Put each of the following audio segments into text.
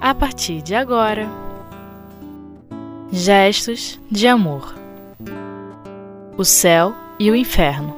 a partir de agora. Gestos de amor. O céu e o inferno.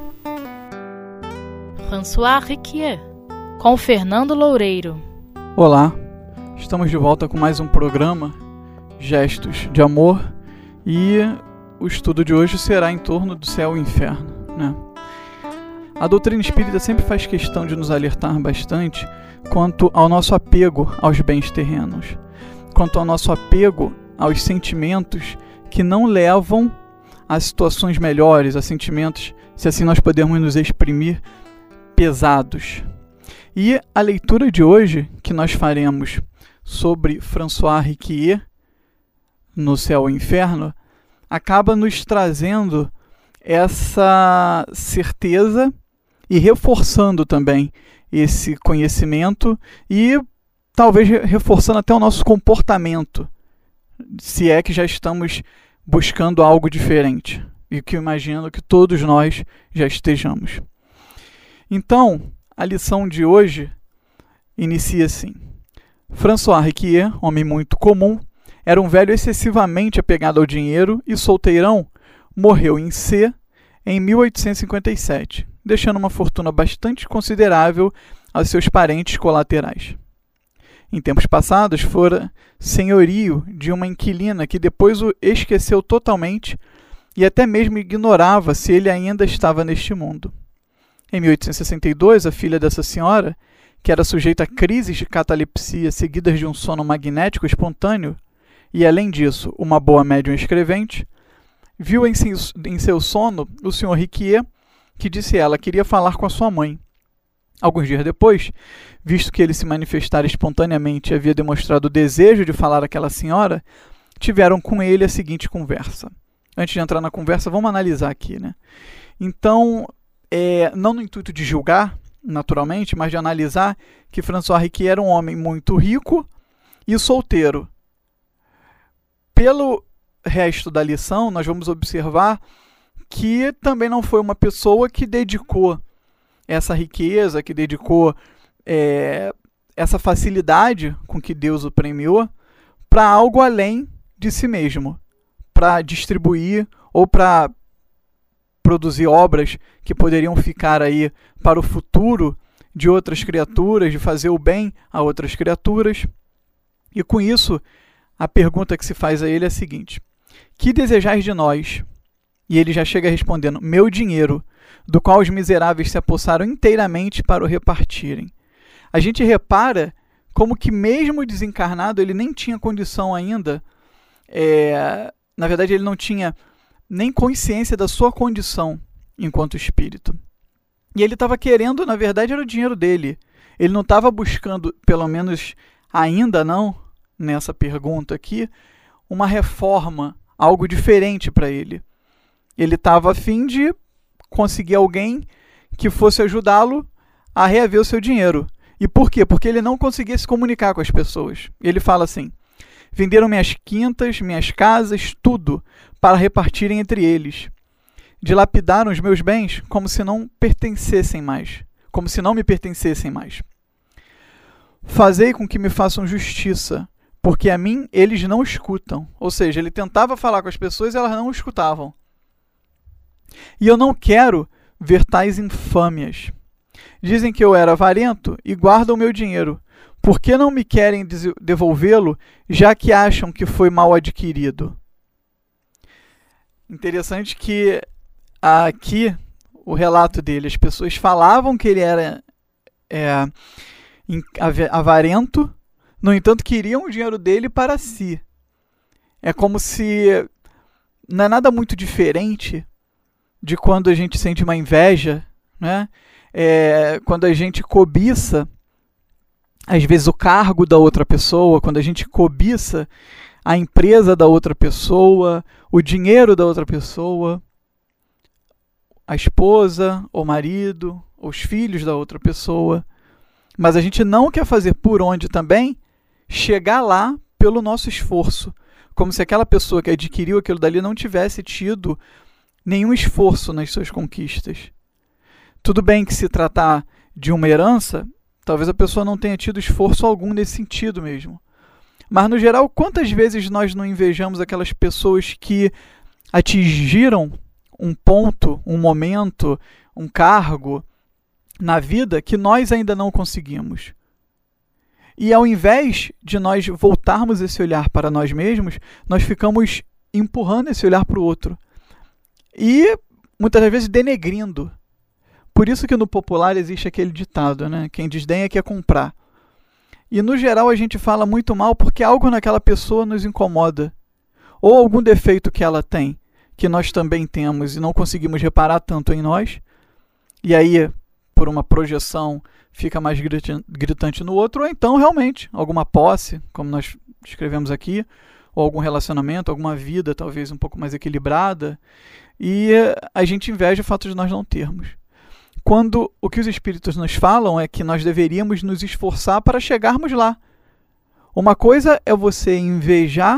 François Riquier, com Fernando Loureiro. Olá, estamos de volta com mais um programa, Gestos de Amor, e o estudo de hoje será em torno do céu e o inferno, né? A doutrina espírita sempre faz questão de nos alertar bastante quanto ao nosso apego aos bens terrenos, quanto ao nosso apego aos sentimentos que não levam a situações melhores, a sentimentos, se assim nós podemos nos exprimir, pesados. E a leitura de hoje, que nós faremos sobre François Riquier, no Céu e o Inferno, acaba nos trazendo essa certeza e reforçando também esse conhecimento e talvez reforçando até o nosso comportamento, se é que já estamos buscando algo diferente, e que eu imagino que todos nós já estejamos. Então, a lição de hoje inicia assim. François Riquier, homem muito comum, era um velho excessivamente apegado ao dinheiro e solteirão, morreu em C em 1857, deixando uma fortuna bastante considerável aos seus parentes colaterais. Em tempos passados, fora senhorio de uma inquilina que depois o esqueceu totalmente e até mesmo ignorava se ele ainda estava neste mundo. Em 1862, a filha dessa senhora, que era sujeita a crises de catalepsia seguidas de um sono magnético espontâneo, e além disso, uma boa médium escrevente, viu em seu sono o Sr. Riquier, que disse ela queria falar com a sua mãe. Alguns dias depois, visto que ele se manifestara espontaneamente e havia demonstrado o desejo de falar àquela senhora, tiveram com ele a seguinte conversa. Antes de entrar na conversa, vamos analisar aqui, né? Então, não no intuito de julgar, naturalmente, mas de analisar que François Riquier era um homem muito rico e solteiro. Pelo resto da lição, nós vamos observar que também não foi uma pessoa que dedicou essa riqueza, que dedicou essa facilidade com que Deus o premiou para algo além de si mesmo, para distribuir ou para produzir obras que poderiam ficar aí para o futuro de outras criaturas, de fazer o bem a outras criaturas. E com isso, a pergunta que se faz a ele é a seguinte: que desejais de nós? E ele já chega respondendo: meu dinheiro, do qual os miseráveis se apossaram inteiramente para o repartirem. A gente repara como que mesmo desencarnado ele nem tinha condição ainda, na verdade ele não tinha nem consciência da sua condição enquanto espírito. E ele estava querendo, na verdade era o dinheiro dele. Ele não estava buscando, pelo menos ainda não, nessa pergunta aqui, uma reforma, algo diferente para ele. Ele estava a fim de conseguir alguém que fosse ajudá-lo a reaver o seu dinheiro. E por quê? Porque ele não conseguia se comunicar com as pessoas. Ele fala assim: venderam minhas quintas, minhas casas, tudo, para repartirem entre eles. Dilapidaram os meus bens como se não pertencessem mais, como se não me pertencessem mais. Fazei com que me façam justiça, porque a mim eles não escutam. Ou seja, ele tentava falar com as pessoas e elas não o escutavam. E eu não quero ver tais infâmias. Dizem que eu era avarento e guardam o meu dinheiro. Por que não me querem devolvê-lo, já que acham que foi mal adquirido? Interessante que aqui o relato dele, as pessoas falavam que ele era avarento, no entanto queriam o dinheiro dele para si. É como se não é nada muito diferente de quando a gente sente uma inveja, né? Quando a gente cobiça, às vezes, o cargo da outra pessoa, quando a gente cobiça a empresa da outra pessoa, o dinheiro da outra pessoa, a esposa, o marido, os filhos da outra pessoa. Mas a gente não quer fazer por onde também chegar lá pelo nosso esforço, como se aquela pessoa que adquiriu aquilo dali não tivesse tido nenhum esforço nas suas conquistas. Tudo bem que se tratar de uma herança, talvez a pessoa não tenha tido esforço algum nesse sentido mesmo. Mas, no geral, quantas vezes nós não invejamos aquelas pessoas que atingiram um ponto, um momento, um cargo na vida que nós ainda não conseguimos? E ao invés de nós voltarmos esse olhar para nós mesmos, nós ficamos empurrando esse olhar para o outro. E, muitas vezes, denegrindo. Por isso que no popular existe aquele ditado, né? Quem desdenha quer comprar. E, no geral, a gente fala muito mal porque algo naquela pessoa nos incomoda. Ou algum defeito que ela tem, que nós também temos e não conseguimos reparar tanto em nós. E aí, por uma projeção, fica mais gritante no outro. Ou então, realmente, alguma posse, como nós escrevemos aqui, ou algum relacionamento, alguma vida talvez um pouco mais equilibrada. E a gente inveja o fato de nós não termos. Quando o que os espíritos nos falam é que nós deveríamos nos esforçar para chegarmos lá. Uma coisa é você invejar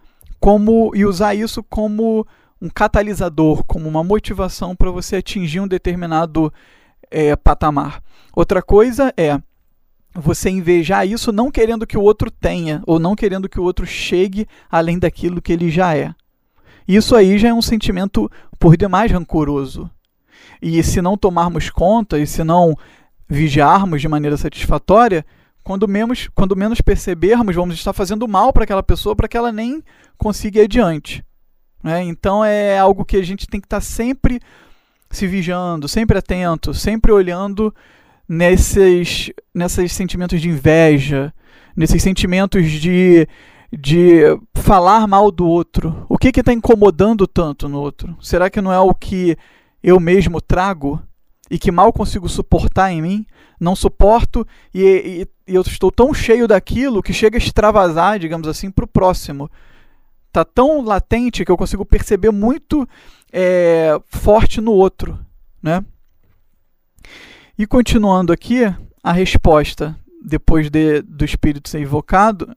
e usar isso como um catalisador, como uma motivação para você atingir um determinado patamar. Outra coisa é você invejar isso não querendo que o outro tenha, ou não querendo que o outro chegue além daquilo que ele já é. Isso aí já é um sentimento por demais rancoroso. E se não tomarmos conta, e se não vigiarmos de maneira satisfatória, quando menos percebermos, vamos estar fazendo mal para aquela pessoa, para que ela nem consiga ir adiante. Então é algo que a gente tem que estar sempre se vigiando, sempre atento, sempre olhando nesses sentimentos de inveja, nesses sentimentos de falar mal do outro. O que está incomodando tanto no outro? Será que não é o que eu mesmo trago e que mal consigo suportar em mim? Não suporto e eu estou tão cheio daquilo que chega a extravasar, digamos assim, para o próximo. Está tão latente que eu consigo perceber muito forte no outro, né? E continuando aqui, a resposta, depois do espírito ser evocado,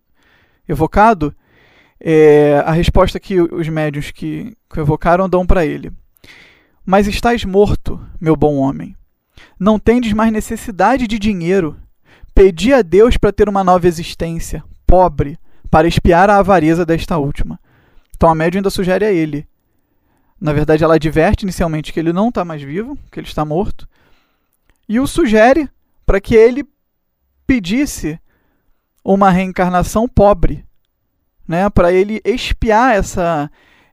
a resposta que os médiuns que evocaram dão para ele. Mas estás morto, meu bom homem. Não tendes mais necessidade de dinheiro. Pedi a Deus para ter uma nova existência, pobre, para expiar a avareza desta última. Então a médium ainda sugere a ele. Na verdade, ela adverte inicialmente que ele não está mais vivo, que ele está morto, e o sugere para que ele pedisse uma reencarnação pobre, né, para ele expiar essa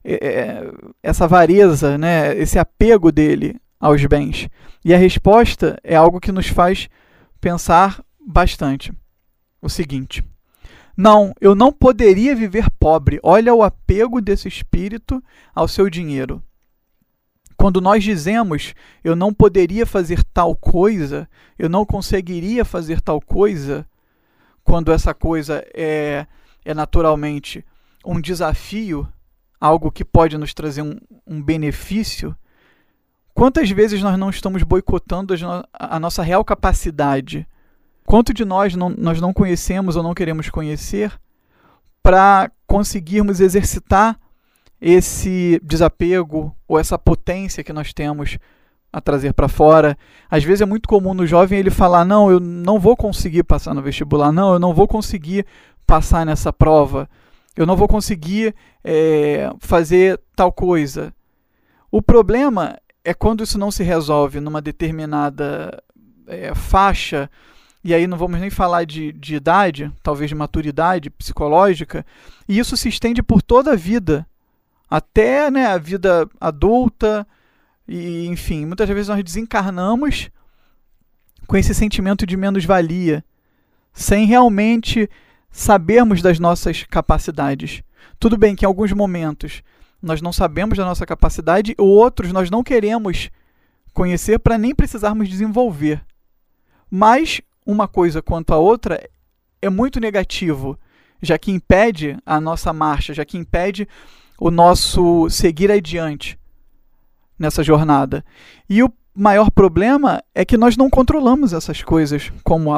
avareza, né, esse apego dele aos bens. E a resposta é algo que nos faz pensar bastante. O seguinte: não, eu não poderia viver pobre. Olha o apego desse espírito ao seu dinheiro. Quando nós dizemos, eu não poderia fazer tal coisa, eu não conseguiria fazer tal coisa, quando essa coisa é naturalmente um desafio, algo que pode nos trazer um benefício, quantas vezes nós não estamos boicotando a nossa real capacidade? Quanto de nós não conhecemos ou não queremos conhecer para conseguirmos exercitar esse desapego ou essa potência que nós temos a trazer para fora? Às vezes é muito comum no jovem ele falar: não, eu não vou conseguir passar no vestibular, não, eu não vou conseguir passar nessa prova, eu não vou conseguir fazer tal coisa. O problema é quando isso não se resolve numa determinada faixa, e aí não vamos nem falar de idade, talvez de maturidade psicológica, e isso se estende por toda a vida, até, né, a vida adulta, e enfim, muitas vezes nós desencarnamos com esse sentimento de menos-valia, sem realmente sabermos das nossas capacidades. Tudo bem que em alguns momentos nós não sabemos da nossa capacidade, ou outros nós não queremos conhecer para nem precisarmos desenvolver. Mas uma coisa quanto a outra é muito negativo, já que impede a nossa marcha, já que impede o nosso seguir adiante nessa jornada. E o maior problema é que nós não controlamos essas coisas, como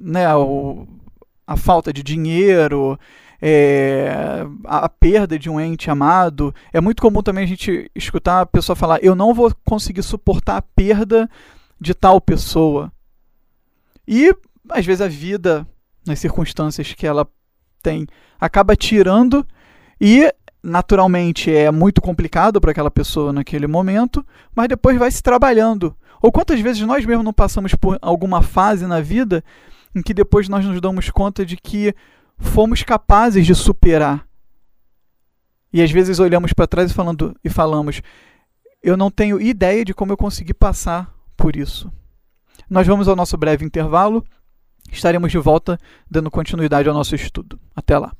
a falta de dinheiro, a perda de um ente amado. É muito comum também a gente escutar a pessoa falar: eu não vou conseguir suportar a perda de tal pessoa. E, às vezes, a vida, nas circunstâncias que ela tem, acaba tirando e, naturalmente, é muito complicado para aquela pessoa naquele momento, mas depois vai se trabalhando. Ou quantas vezes nós mesmos não passamos por alguma fase na vida em que depois nós nos damos conta de que fomos capazes de superar. E às vezes olhamos para trás e falamos, eu não tenho ideia de como eu consegui passar por isso. Nós vamos ao nosso breve intervalo, estaremos de volta dando continuidade ao nosso estudo. Até lá.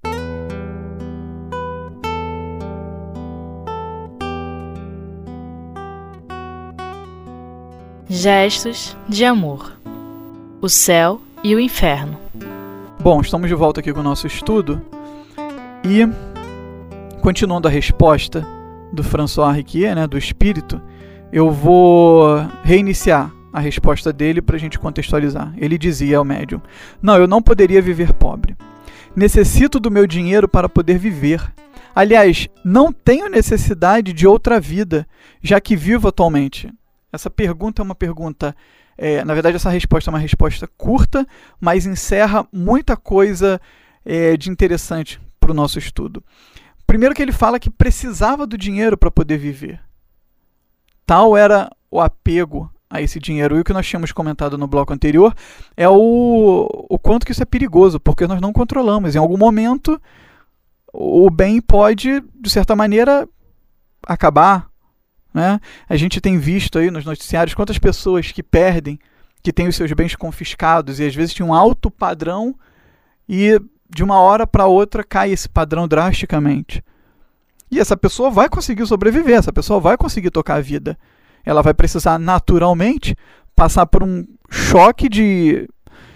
Gestos de amor. O céu e o inferno. Bom, estamos de volta aqui com o nosso estudo e, continuando a resposta do François Riquier, né, do Espírito, eu vou reiniciar a resposta dele para a gente contextualizar. Ele dizia ao médium: não, eu não poderia viver pobre. Necessito do meu dinheiro para poder viver. Aliás, não tenho necessidade de outra vida, já que vivo atualmente. Essa pergunta é uma pergunta, na verdade essa resposta é uma resposta curta, mas encerra muita coisa de interessante para o nosso estudo. Primeiro que ele fala que precisava do dinheiro para poder viver. Tal era o apego a esse dinheiro. E o que nós tínhamos comentado no bloco anterior é o quanto que isso é perigoso, porque nós não controlamos. Em algum momento, o bem pode, de certa maneira, acabar. Né? A gente tem visto aí nos noticiários quantas pessoas que perdem, que têm os seus bens confiscados e às vezes tinha um alto padrão e de uma hora para outra cai esse padrão drasticamente. E essa pessoa vai conseguir sobreviver, essa pessoa vai conseguir tocar a vida. Ela vai precisar naturalmente passar por um choque de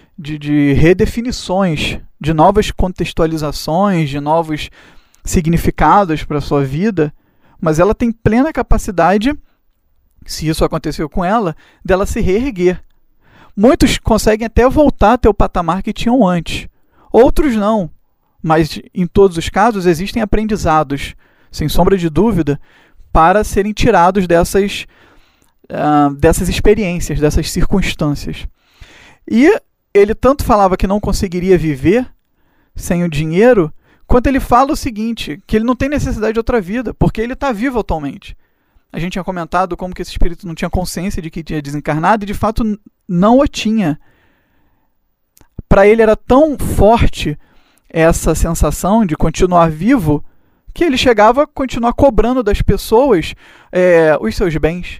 redefinições, de novas contextualizações, de novos significados para a sua vida, mas ela tem plena capacidade, se isso aconteceu com ela, dela se reerguer. Muitos conseguem até voltar até o patamar que tinham antes. Outros não, mas em todos os casos existem aprendizados, sem sombra de dúvida, para serem tirados dessas experiências, dessas circunstâncias. E ele tanto falava que não conseguiria viver sem o dinheiro, quanto ele fala o seguinte, que ele não tem necessidade de outra vida, porque ele está vivo atualmente. A gente tinha comentado como que esse espírito não tinha consciência de que tinha desencarnado, e de fato não o tinha. Para ele era tão forte essa sensação de continuar vivo, que ele chegava a continuar cobrando das pessoas os seus bens.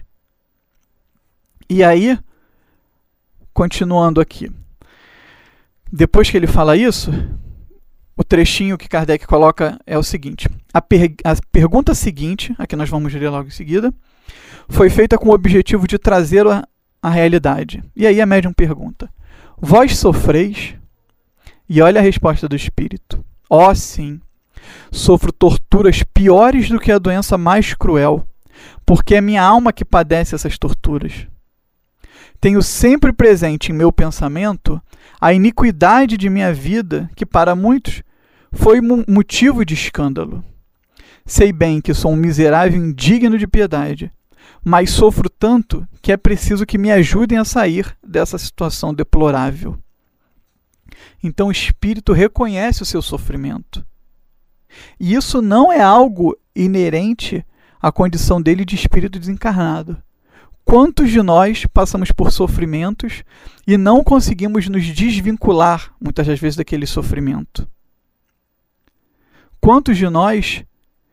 E aí, continuando aqui, depois que ele fala isso, o trechinho que Kardec coloca é o seguinte: a pergunta seguinte, a que nós vamos ler logo em seguida, foi feita com o objetivo de trazer a realidade. E aí a médium pergunta: vós sofreis? E olha a resposta do espírito: ó, sim, sofro torturas piores do que a doença mais cruel, porque é minha alma que padece essas torturas. Tenho sempre presente em meu pensamento a iniquidade de minha vida, que para muitos foi motivo de escândalo. Sei bem que sou um miserável indigno de piedade, mas sofro tanto que é preciso que me ajudem a sair dessa situação deplorável. Então o espírito reconhece o seu sofrimento. E isso não é algo inerente à condição dele de espírito desencarnado. Quantos de nós passamos por sofrimentos e não conseguimos nos desvincular, muitas das vezes, daquele sofrimento? Quantos de nós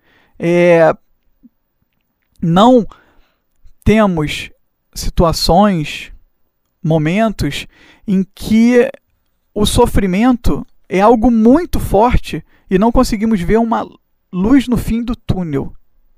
não temos situações, momentos em que o sofrimento é algo muito forte e não conseguimos ver uma luz no fim do túnel?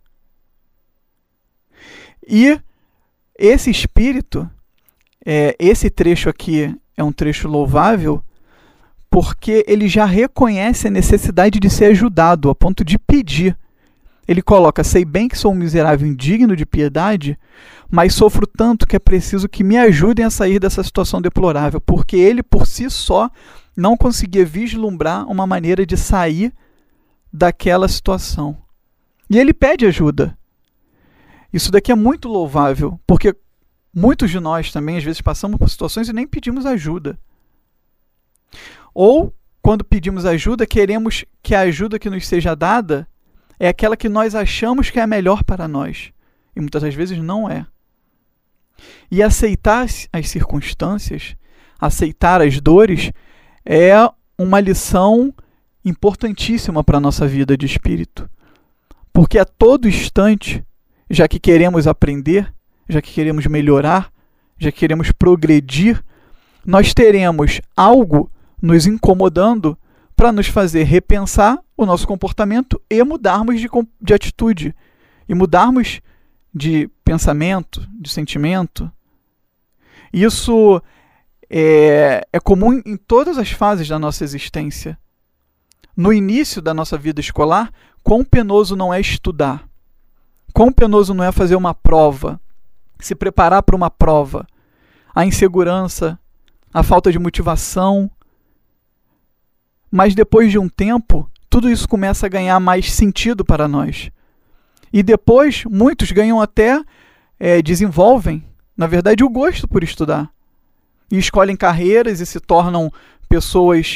E esse espírito, esse trecho aqui é um trecho louvável, porque ele já reconhece a necessidade de ser ajudado, a ponto de pedir. Ele coloca: sei bem que sou um miserável indigno de piedade, mas sofro tanto que é preciso que me ajudem a sair dessa situação deplorável, porque ele por si só não conseguia vislumbrar uma maneira de sair daquela situação. E ele pede ajuda. Isso daqui é muito louvável, porque muitos de nós também, às vezes, passamos por situações e nem pedimos ajuda. Ou quando pedimos ajuda, queremos que a ajuda que nos seja dada é aquela que nós achamos que é a melhor para nós. E muitas das vezes não é. E aceitar as circunstâncias, aceitar as dores, é uma lição importantíssima para a nossa vida de espírito. Porque a todo instante, já que queremos aprender, já que queremos melhorar, já que queremos progredir, nós teremos algo nos incomodando para nos fazer repensar o nosso comportamento e mudarmos de atitude, e mudarmos de pensamento, de sentimento. Isso é comum em todas as fases da nossa existência. No início da nossa vida escolar, quão penoso não é estudar, quão penoso não é fazer uma prova, se preparar para uma prova, a insegurança, a falta de motivação. Mas depois de um tempo, tudo isso começa a ganhar mais sentido para nós. E depois, muitos ganham até, desenvolvem, na verdade, o gosto por estudar. E escolhem carreiras e se tornam pessoas,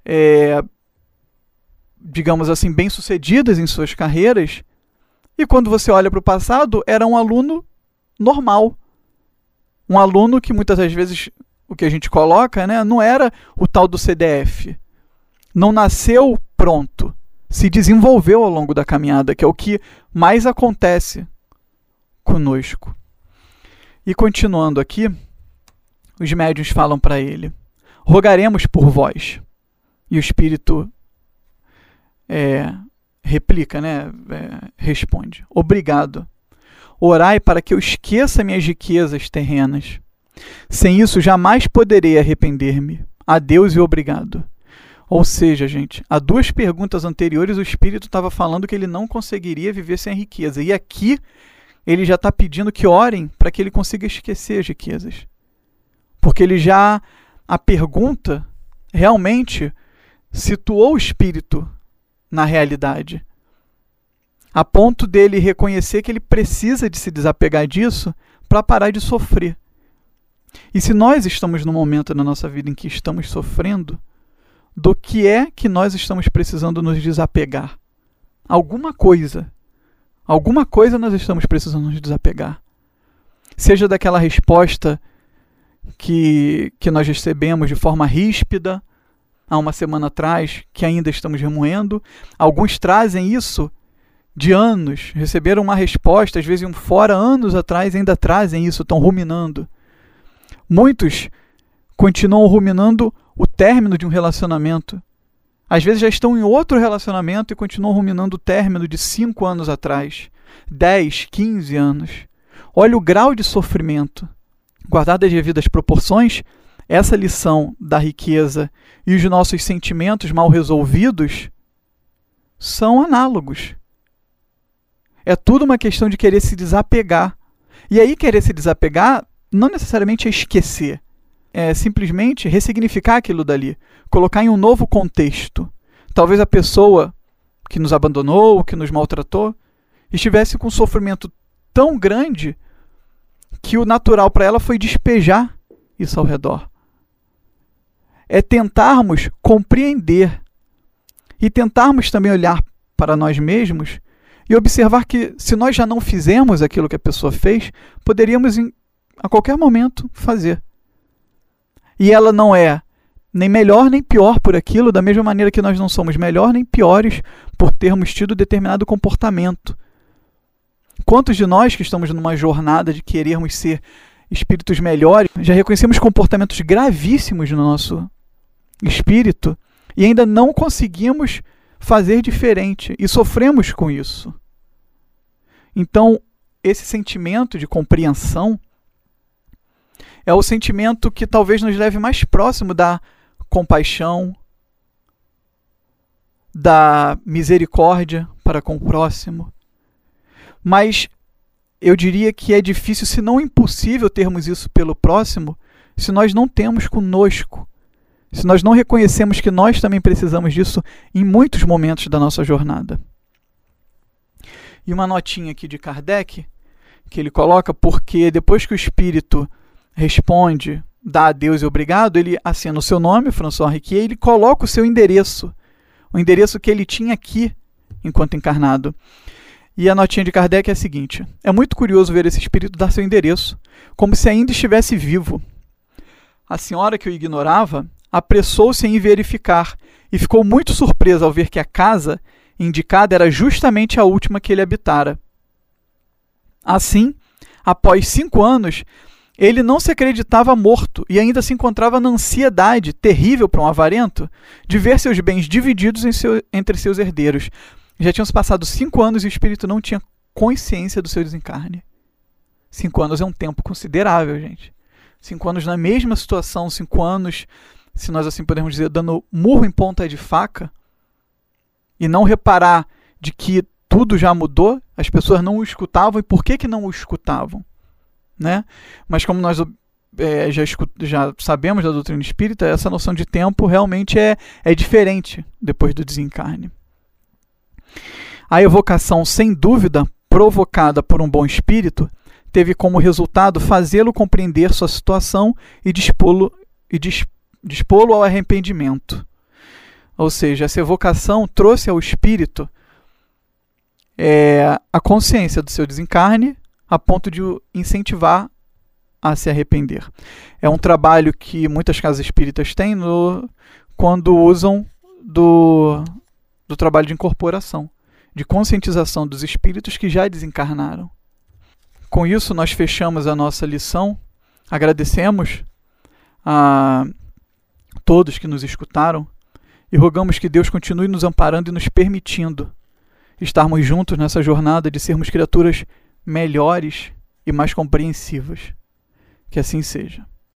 digamos assim, bem-sucedidas em suas carreiras. E quando você olha para o passado, era um aluno normal. Um aluno que muitas das vezes, o que a gente coloca, né, não era o tal do CDF. Não nasceu pronto. Se desenvolveu ao longo da caminhada, que é o que mais acontece conosco. E continuando aqui, os médiuns falam para ele: rogaremos por vós. E o Espírito replica, né? Responde: obrigado. Orai para que eu esqueça minhas riquezas terrenas. Sem isso, jamais poderei arrepender-me. Adeus e obrigado. Ou seja, gente, há 2 perguntas anteriores o Espírito estava falando que ele não conseguiria viver sem a riqueza. E aqui ele já está pedindo que orem para que ele consiga esquecer as riquezas. Porque a pergunta realmente situou o Espírito na realidade, a ponto dele reconhecer que ele precisa de se desapegar disso para parar de sofrer. E se nós estamos num momento na nossa vida em que estamos sofrendo, do que é que nós estamos precisando nos desapegar? Alguma coisa nós estamos precisando nos desapegar. Seja daquela resposta que nós recebemos de forma ríspida há uma semana atrás, que ainda estamos remoendo. Alguns trazem isso de anos, receberam uma resposta, às vezes fora anos atrás, ainda trazem isso, estão ruminando. Muitos continuam ruminando o término de um relacionamento. Às vezes já estão em outro relacionamento e continuam ruminando o término de 5 anos atrás, 10, 15 anos. Olha o grau de sofrimento. Guardadas as devidas proporções, essa lição da riqueza e os nossos sentimentos mal resolvidos são análogos. É tudo uma questão de querer se desapegar. E aí querer se desapegar não necessariamente é esquecer. É simplesmente ressignificar aquilo dali, colocar em um novo contexto. Talvez a pessoa que nos abandonou, que nos maltratou, estivesse com um sofrimento tão grande que o natural para ela foi despejar isso ao redor. É tentarmos compreender e tentarmos também olhar para nós mesmos e observar que, se nós já não fizemos aquilo que a pessoa fez, poderíamos a qualquer momento fazer. E ela não é nem melhor nem pior por aquilo, da mesma maneira que nós não somos melhor nem piores por termos tido determinado comportamento. Quantos de nós que estamos numa jornada de querermos ser espíritos melhores, já reconhecemos comportamentos gravíssimos no nosso espírito e ainda não conseguimos fazer diferente e sofremos com isso. Então, esse sentimento de compreensão é o sentimento que talvez nos leve mais próximo da compaixão, da misericórdia para com o próximo. Mas eu diria que é difícil, se não impossível, termos isso pelo próximo, se nós não temos conosco, se nós não reconhecemos que nós também precisamos disso em muitos momentos da nossa jornada. E uma notinha aqui de Kardec, que ele coloca, porque depois que o espírito responde dá adeus e obrigado, ele assina o seu nome, François Riquier, e ele coloca o seu endereço, o endereço que ele tinha aqui enquanto encarnado. E a notinha de Kardec é a seguinte: é muito curioso ver esse espírito dar seu endereço, como se ainda estivesse vivo. A senhora, que o ignorava, apressou-se em verificar e ficou muito surpresa ao ver que a casa indicada era justamente a última que ele habitara. Assim, após 5 anos, ele não se acreditava morto e ainda se encontrava na ansiedade terrível para um avarento de ver seus bens divididos entre seus herdeiros. Já tinham se passado 5 anos e o espírito não tinha consciência do seu desencarne. 5 anos é um tempo considerável, gente. 5 anos na mesma situação, 5 anos, se nós assim podemos dizer, dando murro em ponta de faca, e não reparar de que tudo já mudou, as pessoas não o escutavam, e por que não o escutavam? Né? Mas como nós já sabemos da doutrina espírita, essa noção de tempo realmente é diferente depois do desencarne. A evocação, sem dúvida, provocada por um bom espírito, teve como resultado fazê-lo compreender sua situação e dispô-lo ao arrependimento. Ou seja, essa evocação trouxe ao espírito a consciência do seu desencarne, a ponto de o incentivar a se arrepender. É um trabalho que muitas casas espíritas têm quando usam do trabalho de incorporação, de conscientização dos espíritos que já desencarnaram. Com isso, nós fechamos a nossa lição. Agradecemos a todos que nos escutaram e rogamos que Deus continue nos amparando e nos permitindo estarmos juntos nessa jornada de sermos criaturas melhores e mais compreensivas. Que assim seja.